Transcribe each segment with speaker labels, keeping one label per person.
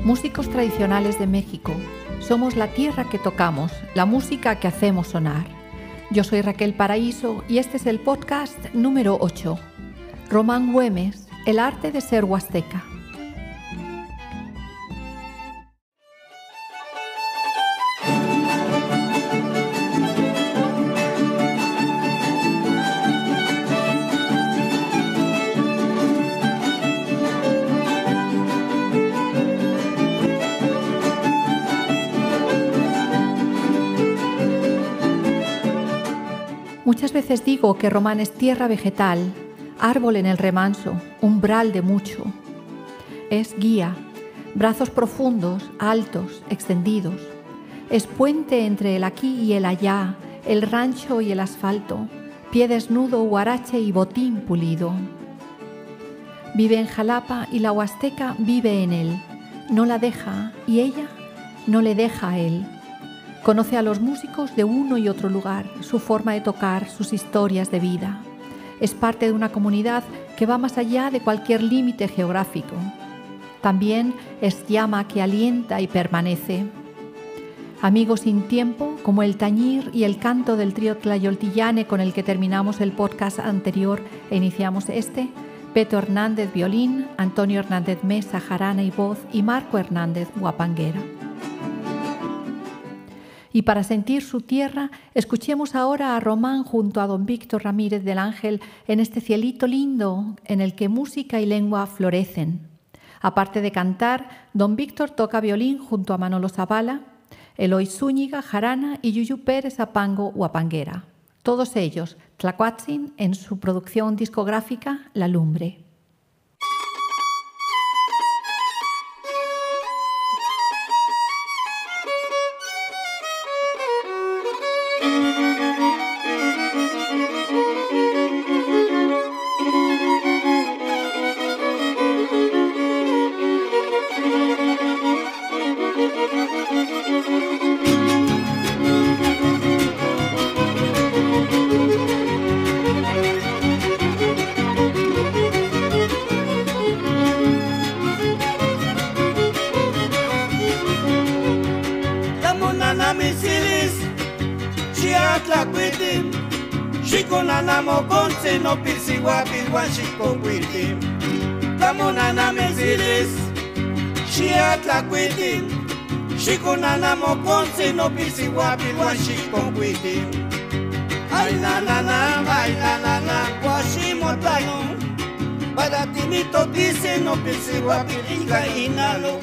Speaker 1: músicos tradicionales de México. Somos la tierra que tocamos, la música que hacemos sonar. Yo soy Raquel Paraíso y este es el podcast número 8. Román Güemes, el arte de ser huasteca. Muchas veces digo que Román es tierra vegetal, árbol en el remanso, umbral de mucho. Es guía, brazos profundos, altos, extendidos. Es puente entre el aquí y el allá, el rancho y el asfalto, pie desnudo, huarache y botín pulido. Vive en Jalapa y la huasteca vive en él. No la deja y ella no le deja a él. Conoce a los músicos de uno y otro lugar, su forma de tocar, sus historias de vida. Es parte de una comunidad que va más allá de cualquier límite geográfico. También es llama que alienta y permanece. Amigos sin tiempo, como el tañir y el canto del trío Tlayoltillane con el que terminamos el podcast anterior e iniciamos este, Peto Hernández violín, Antonio Hernández Mesa jarana y voz y Marco Hernández guapanguera. Y para sentir su tierra, escuchemos ahora a Román junto a don Víctor Ramírez del Ángel en este cielito lindo en el que música y lengua florecen. Aparte de cantar, don Víctor toca violín junto a Manolo Zavala, Eloy Zúñiga jarana y Yuyu Pérez apango guapanguera. Todos ellos, tlacuatzin en su producción discográfica La Lumbre.
Speaker 2: Shikonana mokonse no pisiwa pilwa shikokwitim. Tamonana mezilis, shiatla kwitim. Shikonana mokonse no pisiwa pilwa shikokwitim. Ay na na na, kwashimotano. Para timito dice no pisiwa pilinga inalo.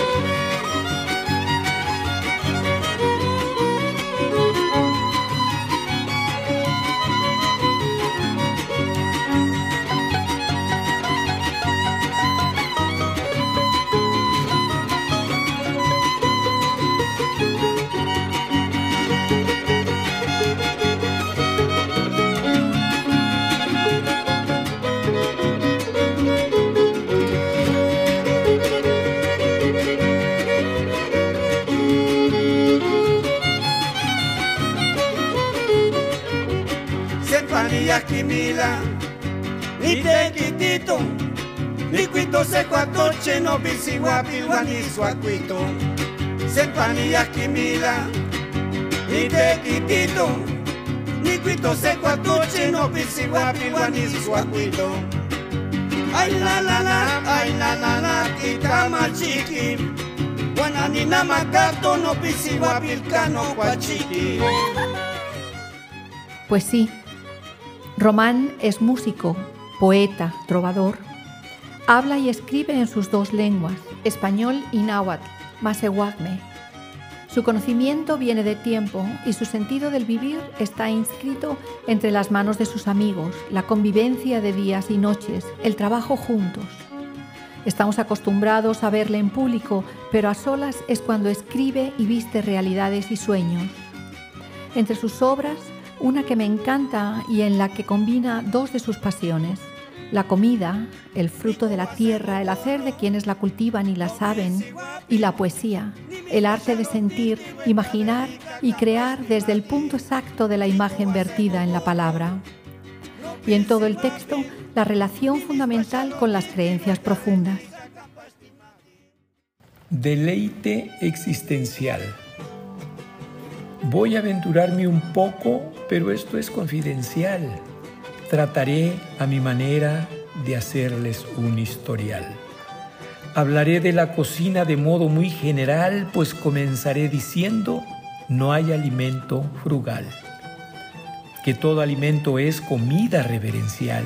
Speaker 2: Kimila, ni tequitito, ni cuito seco a coche, no pisiwa pilwa ni suacuito. Sempanilla kimila, ni tequitito, ni cuito seco a coche, no pisiwa pilwa ni suacuito. Ay la la, kitama chiqui, guananina macato, no pisiwa pilcano guachiqui.
Speaker 1: Pues sí. Román es músico, poeta, trovador. Habla y escribe en sus dos lenguas, español y náhuatl, masehuacme. Su conocimiento viene de tiempo y su sentido del vivir está inscrito entre las manos de sus amigos, la convivencia de días y noches, el trabajo juntos. Estamos acostumbrados a verle en público, pero a solas es cuando escribe y viste realidades y sueños. Entre sus obras, una que me encanta y en la que combina dos de sus pasiones, la comida, el fruto de la tierra, el hacer de quienes la cultivan y la saben, y la poesía, el arte de sentir, imaginar y crear desde el punto exacto de la imagen vertida en la palabra. Y en todo el texto, la relación fundamental con las creencias profundas.
Speaker 3: Deleite existencial. Voy a aventurarme un poco, pero esto es confidencial. Trataré a mi manera de hacerles un historial. Hablaré de la cocina de modo muy general, pues comenzaré diciendo: no hay alimento frugal. Que todo alimento es comida reverencial,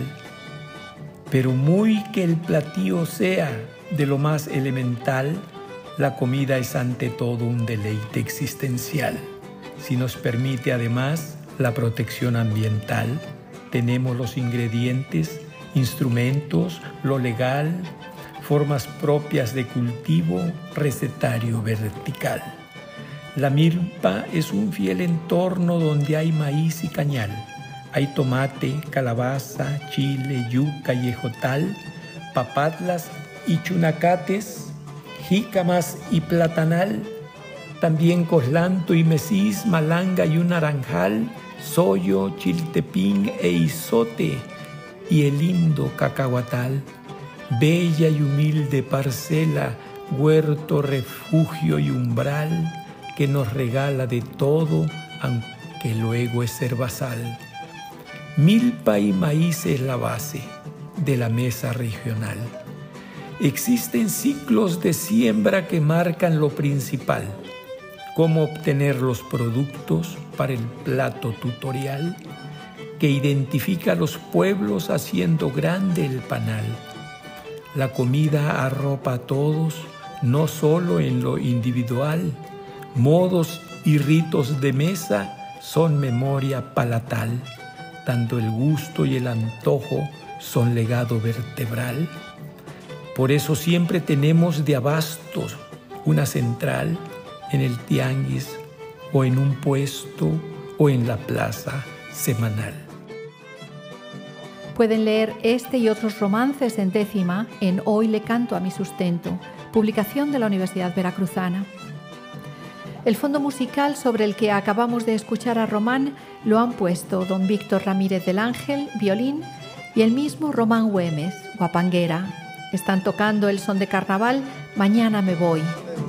Speaker 3: pero muy que el platillo sea de lo más elemental, la comida es ante todo un deleite existencial. Si nos permite además la protección ambiental, tenemos los ingredientes, instrumentos, lo legal, formas propias de cultivo, recetario vertical. La milpa es un fiel entorno donde hay maíz y cañal. Hay tomate, calabaza, chile, yuca y ejotal, papatlas y chunacates, jícamas y platanal, también coslanto y mesís, malanga y un naranjal, soyo, chiltepín e izote y el lindo cacahuatal. Bella y humilde parcela, huerto, refugio y umbral, que nos regala de todo, aunque luego es herbazal. Milpa y maíz es la base de la mesa regional. Existen ciclos de siembra que marcan lo principal: cómo obtener los productos para el plato tutorial que identifica a los pueblos haciendo grande el panal. La comida arropa a todos, no solo en lo individual. Modos y ritos de mesa son memoria palatal. Tanto el gusto y el antojo son legado vertebral. Por eso siempre tenemos de abastos una central en el tianguis o en un puesto o en la plaza semanal.
Speaker 1: Pueden leer este y otros romances en décima en Hoy le canto a mi sustento, publicación de la Universidad Veracruzana. El fondo musical sobre el que acabamos de escuchar a Román lo han puesto don Víctor Ramírez del Ángel, violín, y el mismo Román Güemes, guapanguera. Están tocando el son de carnaval Mañana me voy.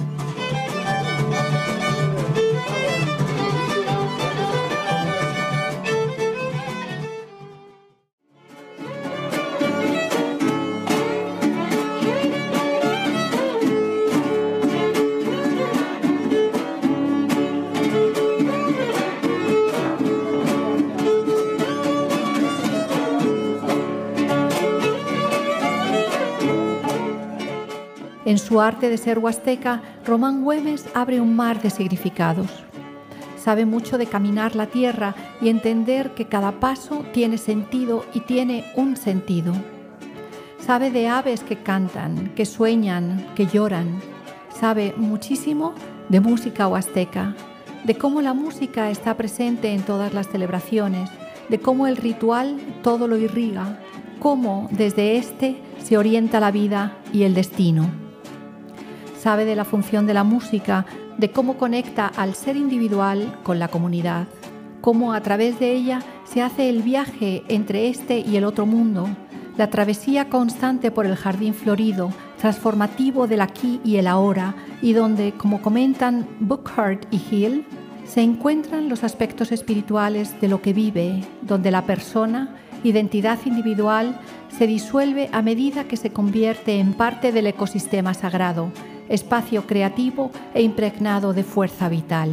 Speaker 1: En su arte de ser huasteca, Román Güemes abre un mar de significados. Sabe mucho de caminar la tierra y entender que cada paso tiene sentido y tiene un sentido. Sabe de aves que cantan, que sueñan, que lloran. Sabe muchísimo de música huasteca, de cómo la música está presente en todas las celebraciones, de cómo el ritual todo lo irriga, cómo desde este se orienta la vida y el destino. Sabe de la función de la música, de cómo conecta al ser individual con la comunidad, cómo a través de ella se hace el viaje entre este y el otro mundo, la travesía constante por el jardín florido, transformativo del aquí y el ahora, y donde, como comentan Buckhart y Hill, se encuentran los aspectos espirituales de lo que vive, donde la persona, identidad individual, se disuelve a medida que se convierte en parte del ecosistema sagrado, espacio creativo e impregnado de fuerza vital.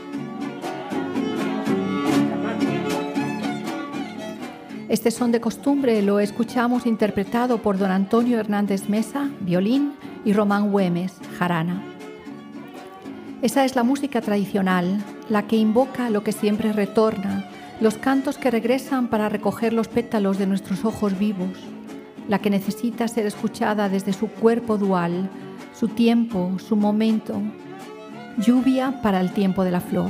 Speaker 1: Este son de costumbre lo escuchamos interpretado por don Antonio Hernández Mesa, violín, y Román Güemes, jarana. Esa es la música tradicional, la que invoca lo que siempre retorna, los cantos que regresan para recoger los pétalos de nuestros ojos vivos, la que necesita ser escuchada desde su cuerpo dual, su tiempo, su momento, lluvia para el tiempo de la flor.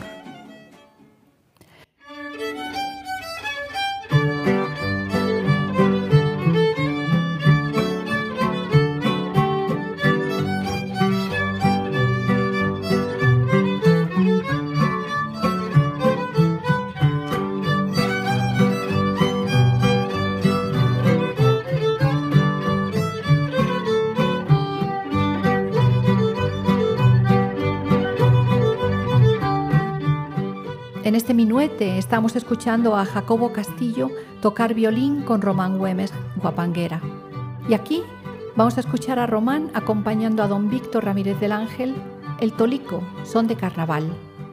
Speaker 1: En este minuete estamos escuchando a Jacobo Castillo tocar violín con Román Güemes guapanguera. Y aquí vamos a escuchar a Román acompañando a don Víctor Ramírez del Ángel, el tolico, son de carnaval.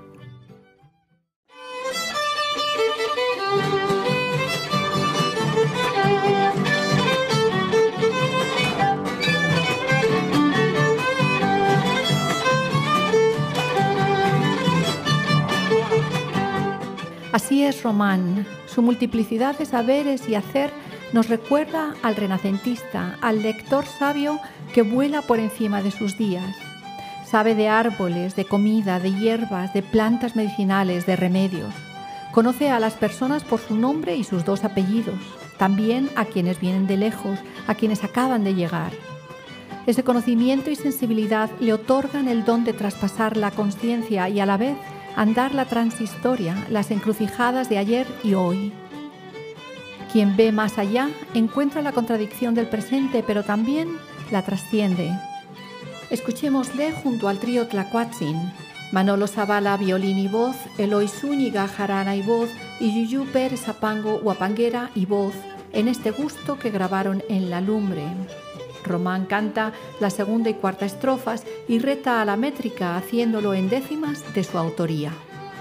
Speaker 1: Así es Román, su multiplicidad de saberes y hacer nos recuerda al renacentista, al lector sabio que vuela por encima de sus días. Sabe de árboles, de comida, de hierbas, de plantas medicinales, de remedios. Conoce a las personas por su nombre y sus dos apellidos, también a quienes vienen de lejos, a quienes acaban de llegar. Ese conocimiento y sensibilidad le otorgan el don de traspasar la consciencia y a la vez andar la transhistoria, las encrucijadas de ayer y hoy. Quien ve más allá encuentra la contradicción del presente, pero también la trasciende. Escuchémosle junto al trío Tlacuatzin, Manolo Zavala, violín y voz, Eloy Zúñiga, jarana y voz, y Yuyu Pérez Apango, guapanguera y voz, en este gusto que grabaron en La Lumbre. Román canta la segunda y cuarta estrofas y reta a la métrica haciéndolo en décimas de su autoría.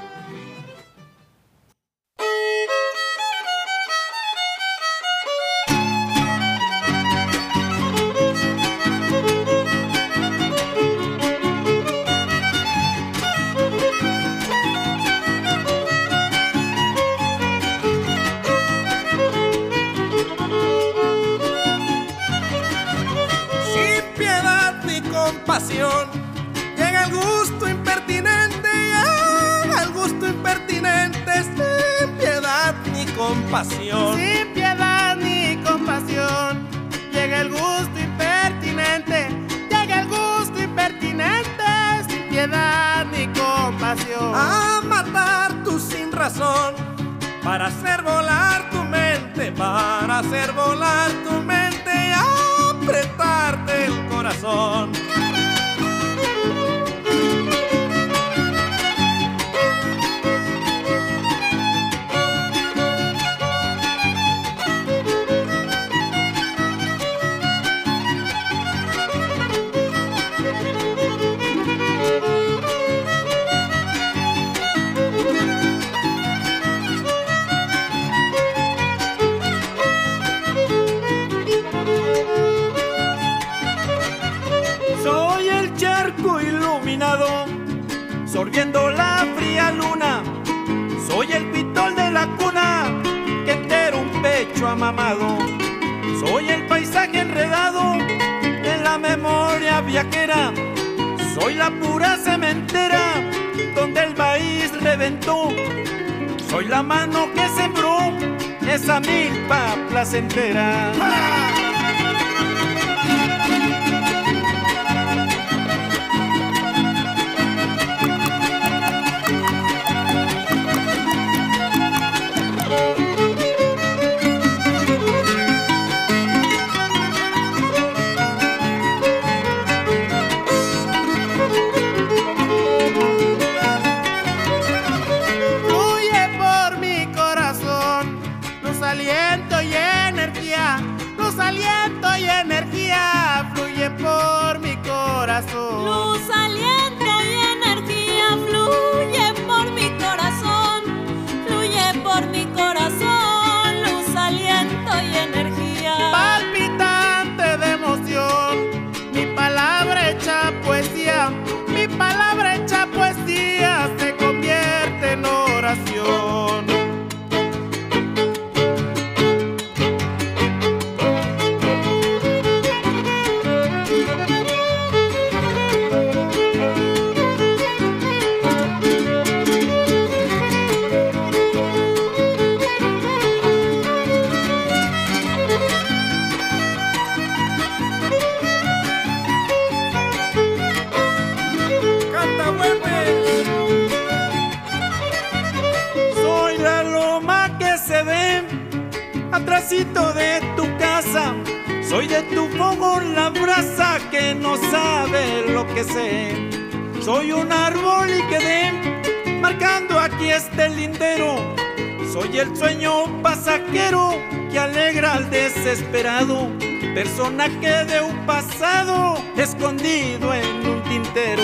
Speaker 2: Llega el gusto impertinente, llega el gusto impertinente, sin piedad ni compasión. Sin piedad ni compasión, llega el gusto impertinente, llega el gusto impertinente, sin piedad ni compasión. A matar tú sin razón, para hacer volar tu mente, para hacer volar tu mente, apretarte el corazón. Sorbiendo la fría luna, soy el pitol de la cuna que entero un pecho amamado. Soy el paisaje enredado en la memoria viajera, soy la pura cementera donde el maíz reventó, soy la mano que sembró esa milpa placentera.
Speaker 4: Luz, aliento y energía fluye por mi corazón, fluye por mi corazón, luz, aliento y energía.
Speaker 2: Palpitante de emoción, mi palabra hecha poesía, mi palabra hecha poesía se convierte en oración. Atrásito de tu casa, soy de tu fogón la brasa que no sabe lo que sé. Soy un árbol y quedé marcando aquí este lindero. Soy el sueño pasajero que alegra al desesperado, personaje de un pasado escondido en un tintero.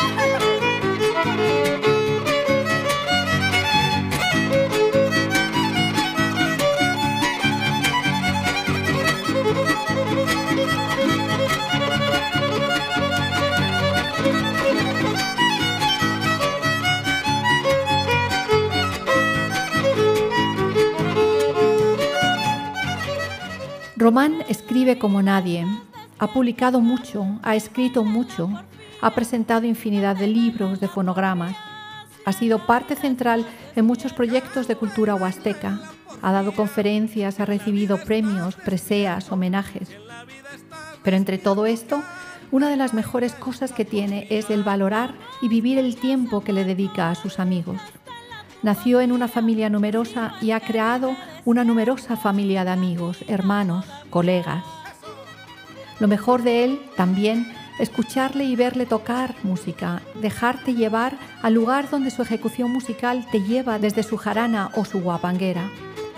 Speaker 1: Román escribe como nadie, ha publicado mucho, ha escrito mucho, ha presentado infinidad de libros, de fonogramas, ha sido parte central en muchos proyectos de cultura huasteca, ha dado conferencias, ha recibido premios, preseas, homenajes. Pero entre todo esto, una de las mejores cosas que tiene es el valorar y vivir el tiempo que le dedica a sus amigos. Nació en una familia numerosa y ha creado una numerosa familia de amigos, hermanos, colegas. Lo mejor de él también, escucharle y verle tocar música, dejarte llevar al lugar donde su ejecución musical te lleva desde su jarana o su guapanguera.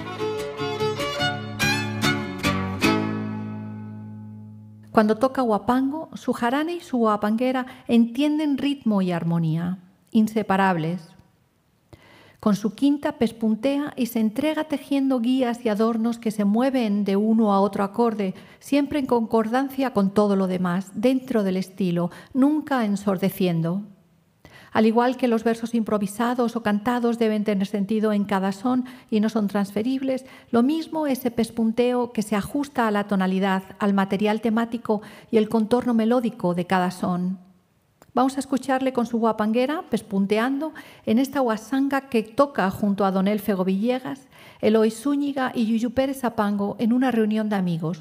Speaker 1: Cuando toca guapango, su jarana y su guapanguera entienden ritmo y armonía, inseparables. Con su quinta pespuntea y se entrega tejiendo guías y adornos que se mueven de uno a otro acorde, siempre en concordancia con todo lo demás, dentro del estilo, nunca ensordeciendo. Al igual que los versos improvisados o cantados deben tener sentido en cada son y no son transferibles, lo mismo ese pespunteo que se ajusta a la tonalidad, al material temático y el contorno melódico de cada son. Vamos a escucharle con su guapanguera, pespunteando, en esta guasanga que toca junto a don Elfego Villegas, Eloy Zúñiga y Yuyu Pérez Zapango en una reunión de amigos.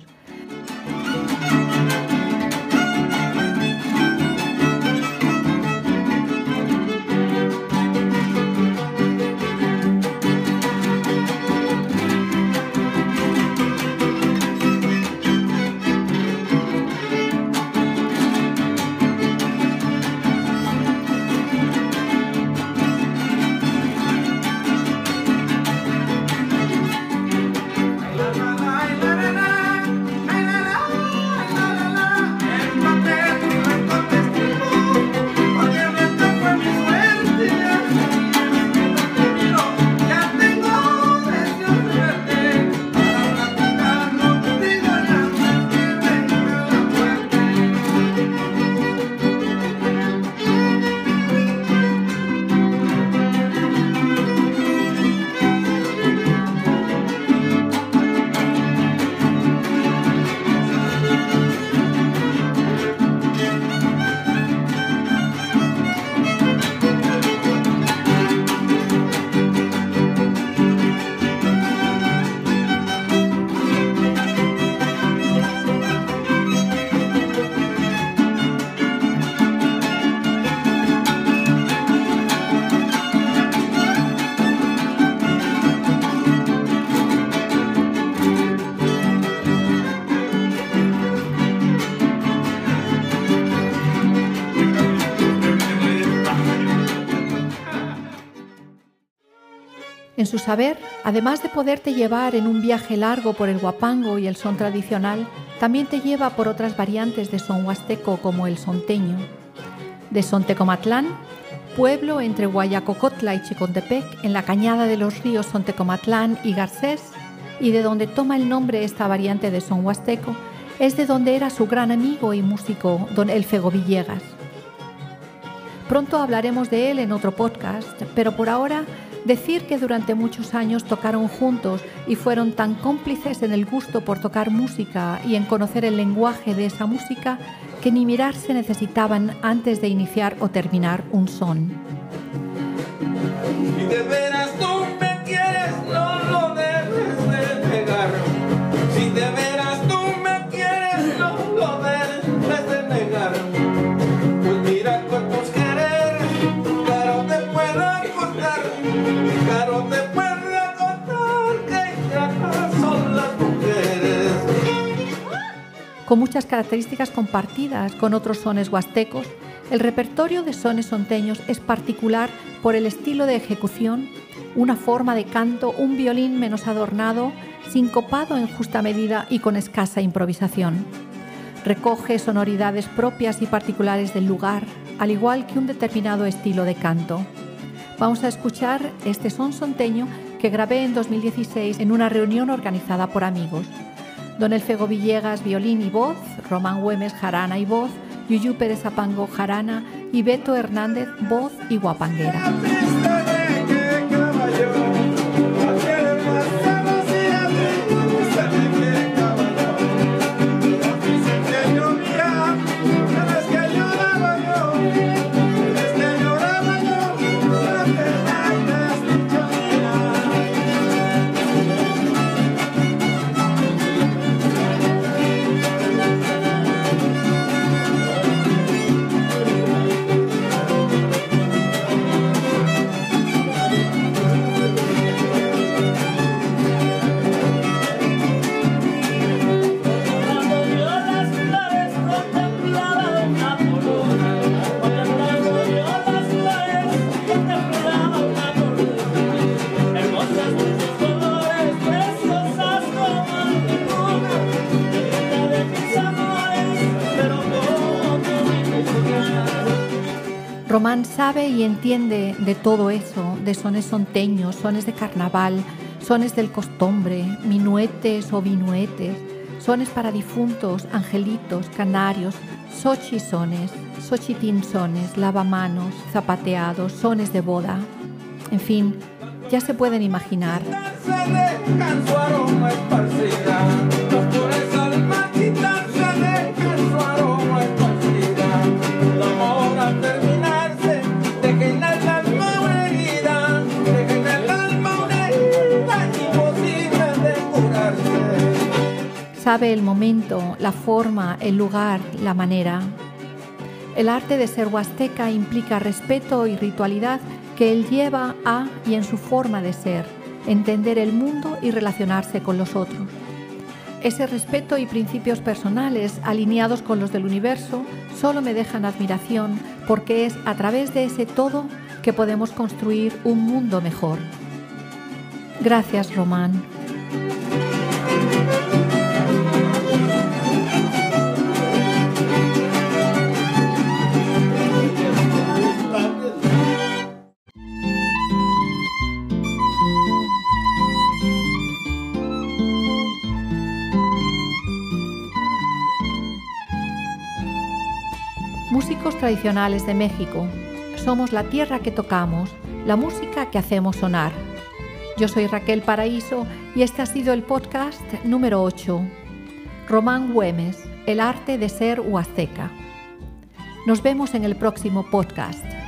Speaker 1: En su saber, además de poderte llevar en un viaje largo por el guapango y el son tradicional, también te lleva por otras variantes de son huasteco como el sonteño. De Sontecomatlán, pueblo entre Guayacocotla y Chicontepec, en la cañada de los ríos Sontecomatlán y Garcés, y de donde toma el nombre esta variante de son huasteco, es de donde era su gran amigo y músico, don Elfego Villegas. Pronto hablaremos de él en otro podcast, pero por ahora decir que durante muchos años tocaron juntos y fueron tan cómplices en el gusto por tocar música y en conocer el lenguaje de esa música que ni mirarse necesitaban antes de iniciar o terminar un son.
Speaker 2: Si de veras tú me quieres, no lo debes de negar. Si de veras tú me quieres, no lo debes de negar. Pues mira cuántos querer, claro te puedo contar. Claro te puedo contar que ya son las mujeres.
Speaker 1: Con muchas características compartidas con otros sones huastecos, El repertorio de sones sonteños es particular por el estilo de ejecución, una forma de canto, un violín menos adornado, sincopado en justa medida y con escasa improvisación. Recoge sonoridades propias y particulares del lugar, al igual que un determinado estilo de canto. Vamos a escuchar este son sonteño que grabé en 2016 en una reunión organizada por amigos. Don Elfego Villegas, violín y voz, Román Güemes, jarana y voz, Yuyu Pérez Apango, jarana y Beto Hernández, voz y guapanguera. Román sabe y entiende de todo eso, de sones sonteños, sones de carnaval, sones del costumbre, minuetes o vinuetes, sones para difuntos, angelitos, canarios, xochisones, xochitinsones, lavamanos, zapateados, sones de boda. En fin, ya se pueden imaginar. Sabe el momento, la forma, el lugar, la manera. El arte de ser huasteca implica respeto y ritualidad que él lleva a y en su forma de ser, entender el mundo y relacionarse con los otros. Ese respeto y principios personales alineados con los del universo solo me dejan admiración porque es a través de ese todo que podemos construir un mundo mejor. Gracias, Román. Músicos tradicionales de México. Somos la tierra que tocamos, la música que hacemos sonar. Yo soy Raquel Paraíso y este ha sido el podcast número 8. Román Güemes, el arte de ser huasteca. Nos vemos en el próximo podcast.